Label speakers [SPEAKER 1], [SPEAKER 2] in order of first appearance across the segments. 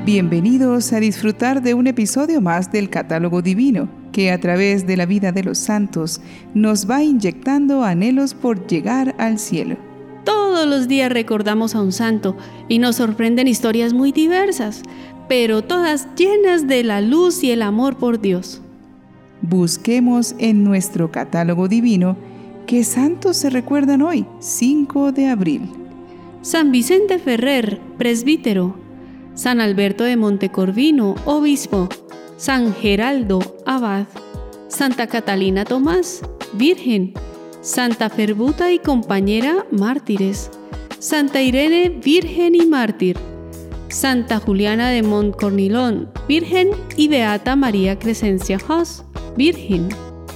[SPEAKER 1] Bienvenidos a disfrutar de un episodio más del Catálogo Divino, que a través de la vida de los santos nos va inyectando anhelos por llegar al cielo.
[SPEAKER 2] Todos los días recordamos a un santo y nos sorprenden historias muy diversas, pero todas llenas de la luz y el amor por Dios.
[SPEAKER 1] Busquemos en nuestro Catálogo Divino qué santos se recuerdan hoy, 5 de abril.
[SPEAKER 2] San Vicente Ferrer, presbítero. San Alberto de Montecorvino, obispo. San Geraldo, abad. Santa Catalina Tomás, virgen. Santa Ferbuta y compañera, mártires. Santa Irene, virgen y mártir. Santa Juliana de Montcornilón, virgen, y Beata María Crescencia Haas, virgen.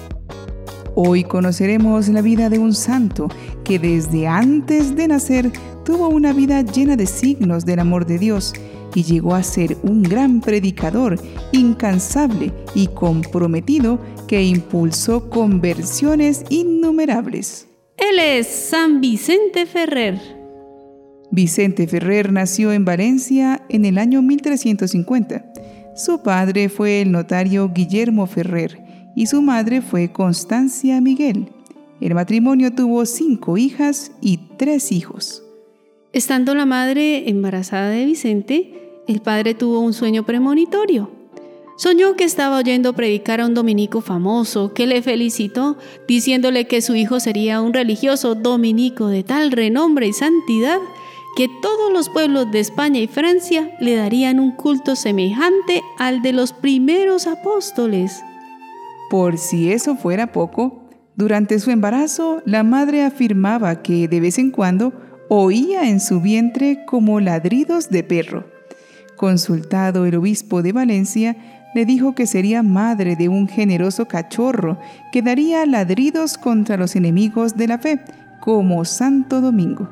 [SPEAKER 1] Hoy conoceremos la vida de un santo que desde antes de nacer tuvo una vida llena de signos del amor de Dios y llegó a ser un gran predicador, incansable y comprometido que impulsó conversiones innumerables.
[SPEAKER 2] Él es San Vicente Ferrer.
[SPEAKER 1] Vicente Ferrer nació en Valencia en el año 1350. Su padre fue el notario Guillermo Ferrer y su madre fue Constancia Miguel. El matrimonio tuvo 5 hijas y 3 hijos.
[SPEAKER 2] Estando la madre embarazada de Vicente, el padre tuvo un sueño premonitorio. Soñó que estaba oyendo predicar a un dominico famoso que le felicitó, diciéndole que su hijo sería un religioso dominico de tal renombre y santidad que todos los pueblos de España y Francia le darían un culto semejante al de los primeros apóstoles.
[SPEAKER 1] Por si eso fuera poco, durante su embarazo, la madre afirmaba que de vez en cuando oía en su vientre como ladridos de perro. Consultado el obispo de Valencia, le dijo que sería madre de un generoso cachorro que daría ladridos contra los enemigos de la fe, como Santo Domingo.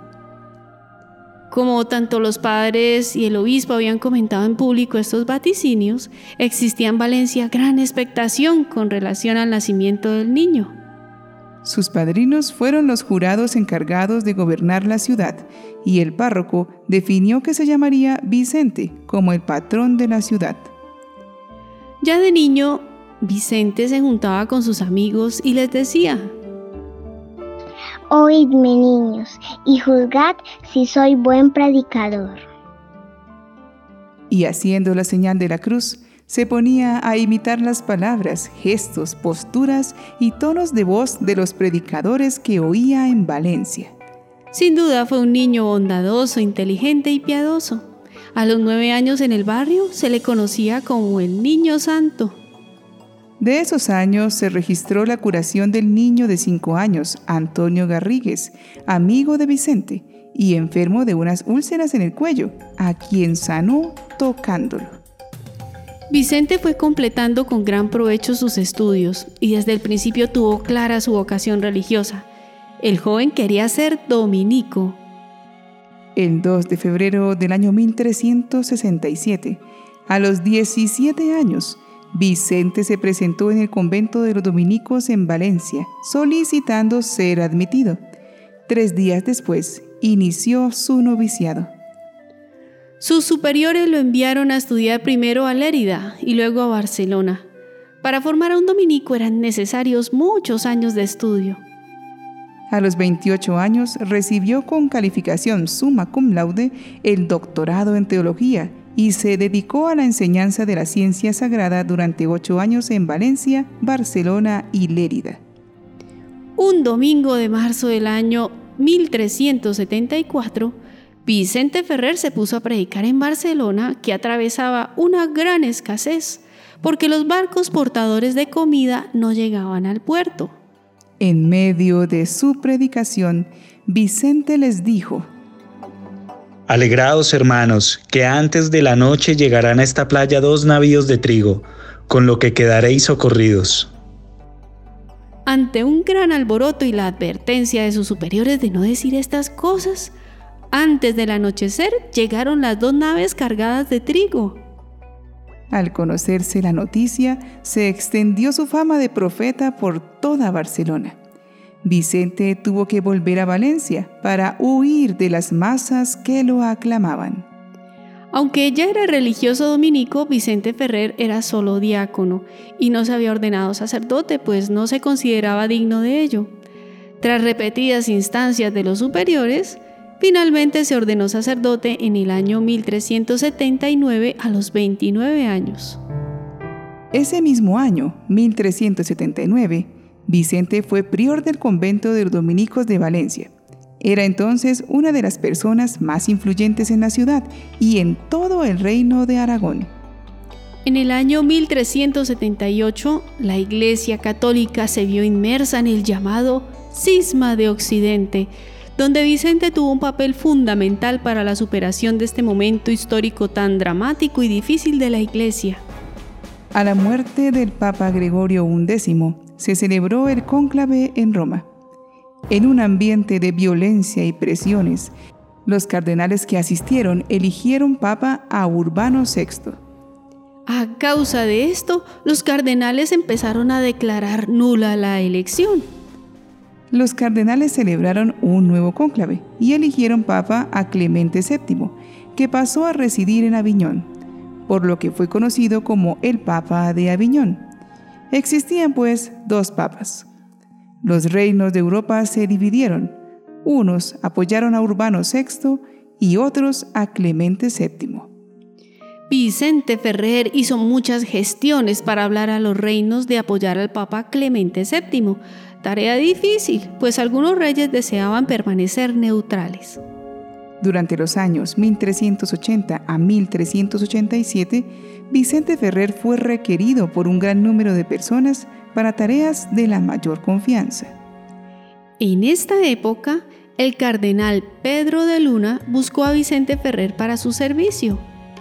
[SPEAKER 2] Como tanto los padres y el obispo habían comentado en público estos vaticinios, existía en Valencia gran expectación con relación al nacimiento del niño.
[SPEAKER 1] Sus padrinos fueron los jurados encargados de gobernar la ciudad, y el párroco definió que se llamaría Vicente como el patrón de la ciudad.
[SPEAKER 2] Ya de niño, Vicente se juntaba con sus amigos y les decía:
[SPEAKER 3] Oídme, niños, y juzgad si soy buen predicador.
[SPEAKER 1] Y haciendo la señal de la cruz, se ponía a imitar las palabras, gestos, posturas y tonos de voz de los predicadores que oía en Valencia.
[SPEAKER 2] Sin duda fue un niño bondadoso, inteligente y piadoso. A los 9 años en el barrio se le conocía como el Niño Santo.
[SPEAKER 1] De esos años se registró la curación del niño de 5 años, Antonio Garrigues, amigo de Vicente y enfermo de unas úlceras en el cuello, a quien sanó tocándolo.
[SPEAKER 2] Vicente fue completando con gran provecho sus estudios y desde el principio tuvo clara su vocación religiosa. El joven quería ser dominico.
[SPEAKER 1] El 2 de febrero del año 1367, a los 17 años, Vicente se presentó en el convento de los dominicos en Valencia, solicitando ser admitido. 3 días después, inició su noviciado.
[SPEAKER 2] Sus superiores lo enviaron a estudiar primero a Lérida y luego a Barcelona. Para formar a un dominico eran necesarios muchos años de estudio.
[SPEAKER 1] A los 28 años recibió con calificación summa cum laude el doctorado en teología y se dedicó a la enseñanza de la ciencia sagrada durante 8 años en Valencia, Barcelona y Lérida.
[SPEAKER 2] Un domingo de marzo del año 1374, Vicente Ferrer se puso a predicar en Barcelona, que atravesaba una gran escasez, porque los barcos portadores de comida no llegaban al puerto.
[SPEAKER 1] En medio de su predicación, Vicente les dijo:
[SPEAKER 4] Alegraos, hermanos, que antes de la noche llegarán a esta playa 2 navíos de trigo, con lo que quedaréis socorridos.
[SPEAKER 2] Ante un gran alboroto y la advertencia de sus superiores de no decir estas cosas, antes del anochecer llegaron las 2 naves cargadas de trigo.
[SPEAKER 1] Al conocerse la noticia, se extendió su fama de profeta por toda Barcelona. Vicente tuvo que volver a Valencia para huir de las masas que lo aclamaban.
[SPEAKER 2] Aunque ya era religioso dominico, Vicente Ferrer era solo diácono y no se había ordenado sacerdote, pues no se consideraba digno de ello. Tras repetidas instancias de los superiores, finalmente se ordenó sacerdote en el año 1379 a los 29 años.
[SPEAKER 1] Ese mismo año, 1379, Vicente fue prior del convento de los dominicos de Valencia. Era entonces una de las personas más influyentes en la ciudad y en todo el reino de Aragón.
[SPEAKER 2] En el año 1378, la Iglesia Católica se vio inmersa en el llamado Cisma de Occidente, donde Vicente tuvo un papel fundamental para la superación de este momento histórico tan dramático y difícil de la Iglesia.
[SPEAKER 1] A la muerte del Papa Gregorio XI, se celebró el cónclave en Roma. En un ambiente de violencia y presiones, los cardenales que asistieron eligieron papa a Urbano VI.
[SPEAKER 2] A causa de esto, los cardenales empezaron a declarar nula la elección.
[SPEAKER 1] Los cardenales celebraron un nuevo cónclave y eligieron papa a Clemente VII, que pasó a residir en Aviñón, por lo que fue conocido como el Papa de Aviñón. Existían pues dos papas. Los reinos de Europa se dividieron. Unos apoyaron a Urbano VI y otros a Clemente VII.
[SPEAKER 2] Vicente Ferrer hizo muchas gestiones para hablar a los reinos de apoyar al Papa Clemente VII. Tarea difícil, pues algunos reyes deseaban permanecer neutrales.
[SPEAKER 1] Durante los años 1380 a 1387, Vicente Ferrer fue requerido por un gran número de personas para tareas de la mayor confianza.
[SPEAKER 2] En esta época, el cardenal Pedro de Luna buscó a Vicente Ferrer para su servicio.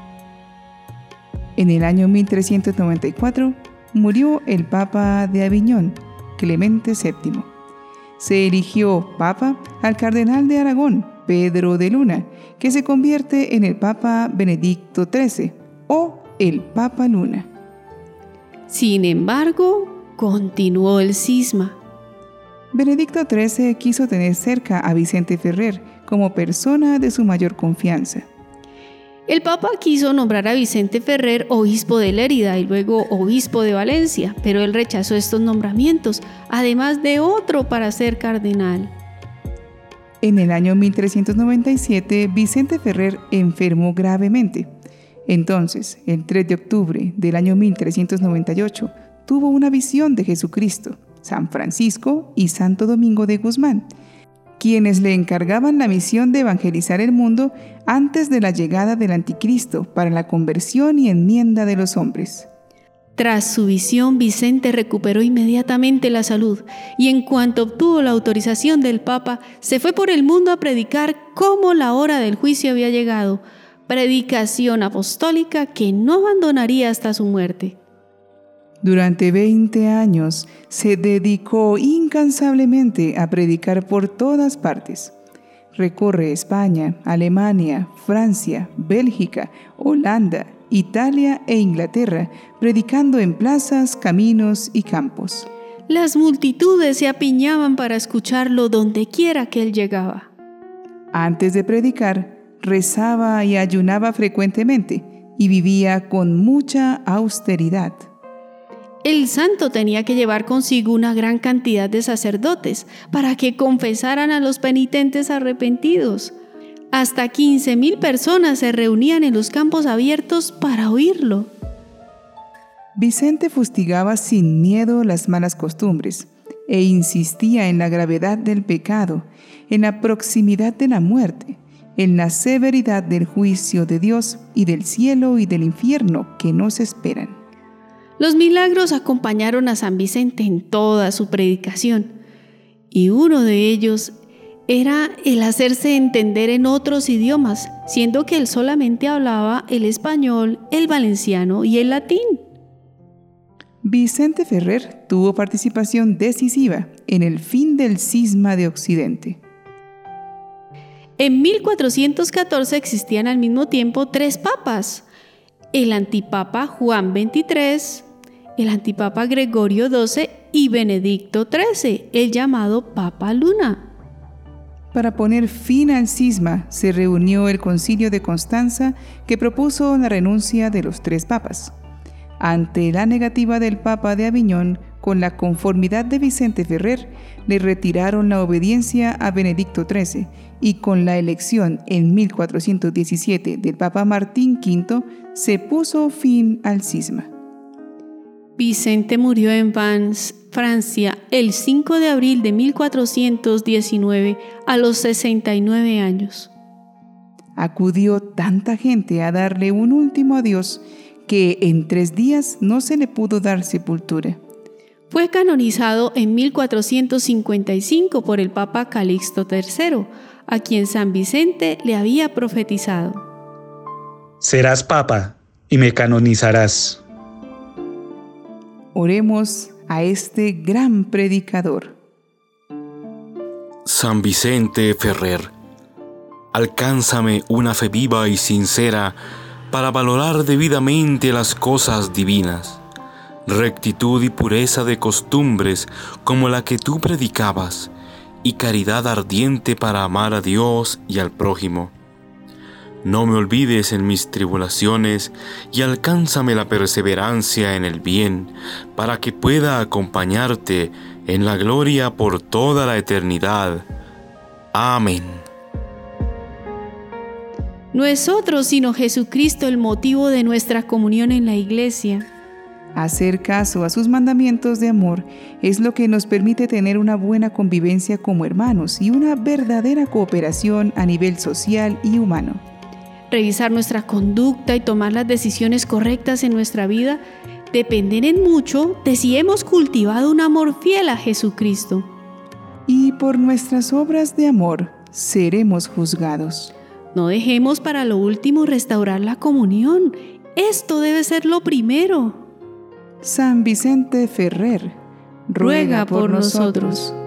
[SPEAKER 1] En el año 1394 murió el Papa de Aviñón, Clemente VII. Se eligió Papa al cardenal de Aragón, Pedro de Luna, que se convierte en el Papa Benedicto XIII o el Papa Luna.
[SPEAKER 2] Sin embargo, continuó el cisma.
[SPEAKER 1] Benedicto XIII quiso tener cerca a Vicente Ferrer como persona de su mayor confianza.
[SPEAKER 2] El Papa quiso nombrar a Vicente Ferrer obispo de Lérida y luego obispo de Valencia, pero él rechazó estos nombramientos, además de otro para ser cardenal.
[SPEAKER 1] En el año 1397, Vicente Ferrer enfermó gravemente. Entonces, el 3 de octubre del año 1398, tuvo una visión de Jesucristo, San Francisco y Santo Domingo de Guzmán, quienes le encargaban la misión de evangelizar el mundo antes de la llegada del Anticristo para la conversión y enmienda de los hombres.
[SPEAKER 2] Tras su visión, Vicente recuperó inmediatamente la salud y en cuanto obtuvo la autorización del Papa, se fue por el mundo a predicar cómo la hora del juicio había llegado, predicación apostólica que no abandonaría hasta su muerte.
[SPEAKER 1] Durante 20 años se dedicó incansablemente a predicar por todas partes. Recorre España, Alemania, Francia, Bélgica, Holanda, Italia e Inglaterra, predicando en plazas, caminos y campos.
[SPEAKER 2] Las multitudes se apiñaban para escucharlo donde quiera que él llegaba.
[SPEAKER 1] Antes de predicar, rezaba y ayunaba frecuentemente y vivía con mucha austeridad.
[SPEAKER 2] El santo tenía que llevar consigo una gran cantidad de sacerdotes para que confesaran a los penitentes arrepentidos. Hasta 15,000 personas se reunían en los campos abiertos para oírlo.
[SPEAKER 1] Vicente fustigaba sin miedo las malas costumbres e insistía en la gravedad del pecado, en la proximidad de la muerte, en la severidad del juicio de Dios y del cielo y del infierno que nos esperan.
[SPEAKER 2] Los milagros acompañaron a San Vicente en toda su predicación, y uno de ellos era el hacerse entender en otros idiomas, siendo que él solamente hablaba el español, el valenciano y el latín.
[SPEAKER 1] Vicente Ferrer tuvo participación decisiva en el fin del cisma de Occidente.
[SPEAKER 2] En 1414 existían al mismo tiempo 3 papas: el antipapa Juan XXIII, el antipapa Gregorio XII y Benedicto XIII, el llamado Papa Luna.
[SPEAKER 1] Para poner fin al cisma, se reunió el Concilio de Constanza, que propuso la renuncia de los 3 papas. Ante la negativa del Papa de Aviñón, con la conformidad de Vicente Ferrer, le retiraron la obediencia a Benedicto XIII y con la elección en 1417 del Papa Martín V, se puso fin al cisma.
[SPEAKER 2] Vicente murió en Vannes, Francia, el 5 de abril de 1419, a los 69 años.
[SPEAKER 1] Acudió tanta gente a darle un último adiós que en 3 días no se le pudo dar sepultura.
[SPEAKER 2] Fue canonizado en 1455 por el Papa Calixto III, a quien San Vicente le había profetizado.
[SPEAKER 4] Serás papa y me canonizarás.
[SPEAKER 1] Oremos a este gran predicador.
[SPEAKER 5] San Vicente Ferrer, alcánzame una fe viva y sincera para valorar debidamente las cosas divinas, rectitud y pureza de costumbres como la que tú predicabas, y caridad ardiente para amar a Dios y al prójimo. No me olvides en mis tribulaciones y alcánzame la perseverancia en el bien, para que pueda acompañarte en la gloria por toda la eternidad. Amén.
[SPEAKER 2] No es otro sino Jesucristo el motivo de nuestra comunión en la Iglesia.
[SPEAKER 1] Hacer caso a sus mandamientos de amor es lo que nos permite tener una buena convivencia como hermanos y una verdadera cooperación a nivel social y humano.
[SPEAKER 2] Revisar nuestra conducta y tomar las decisiones correctas en nuestra vida dependen en mucho de si hemos cultivado un amor fiel a Jesucristo.
[SPEAKER 1] Y por nuestras obras de amor seremos juzgados.
[SPEAKER 2] No dejemos para lo último restaurar la comunión. Esto debe ser lo primero.
[SPEAKER 1] San Vicente Ferrer, ruega por nosotros.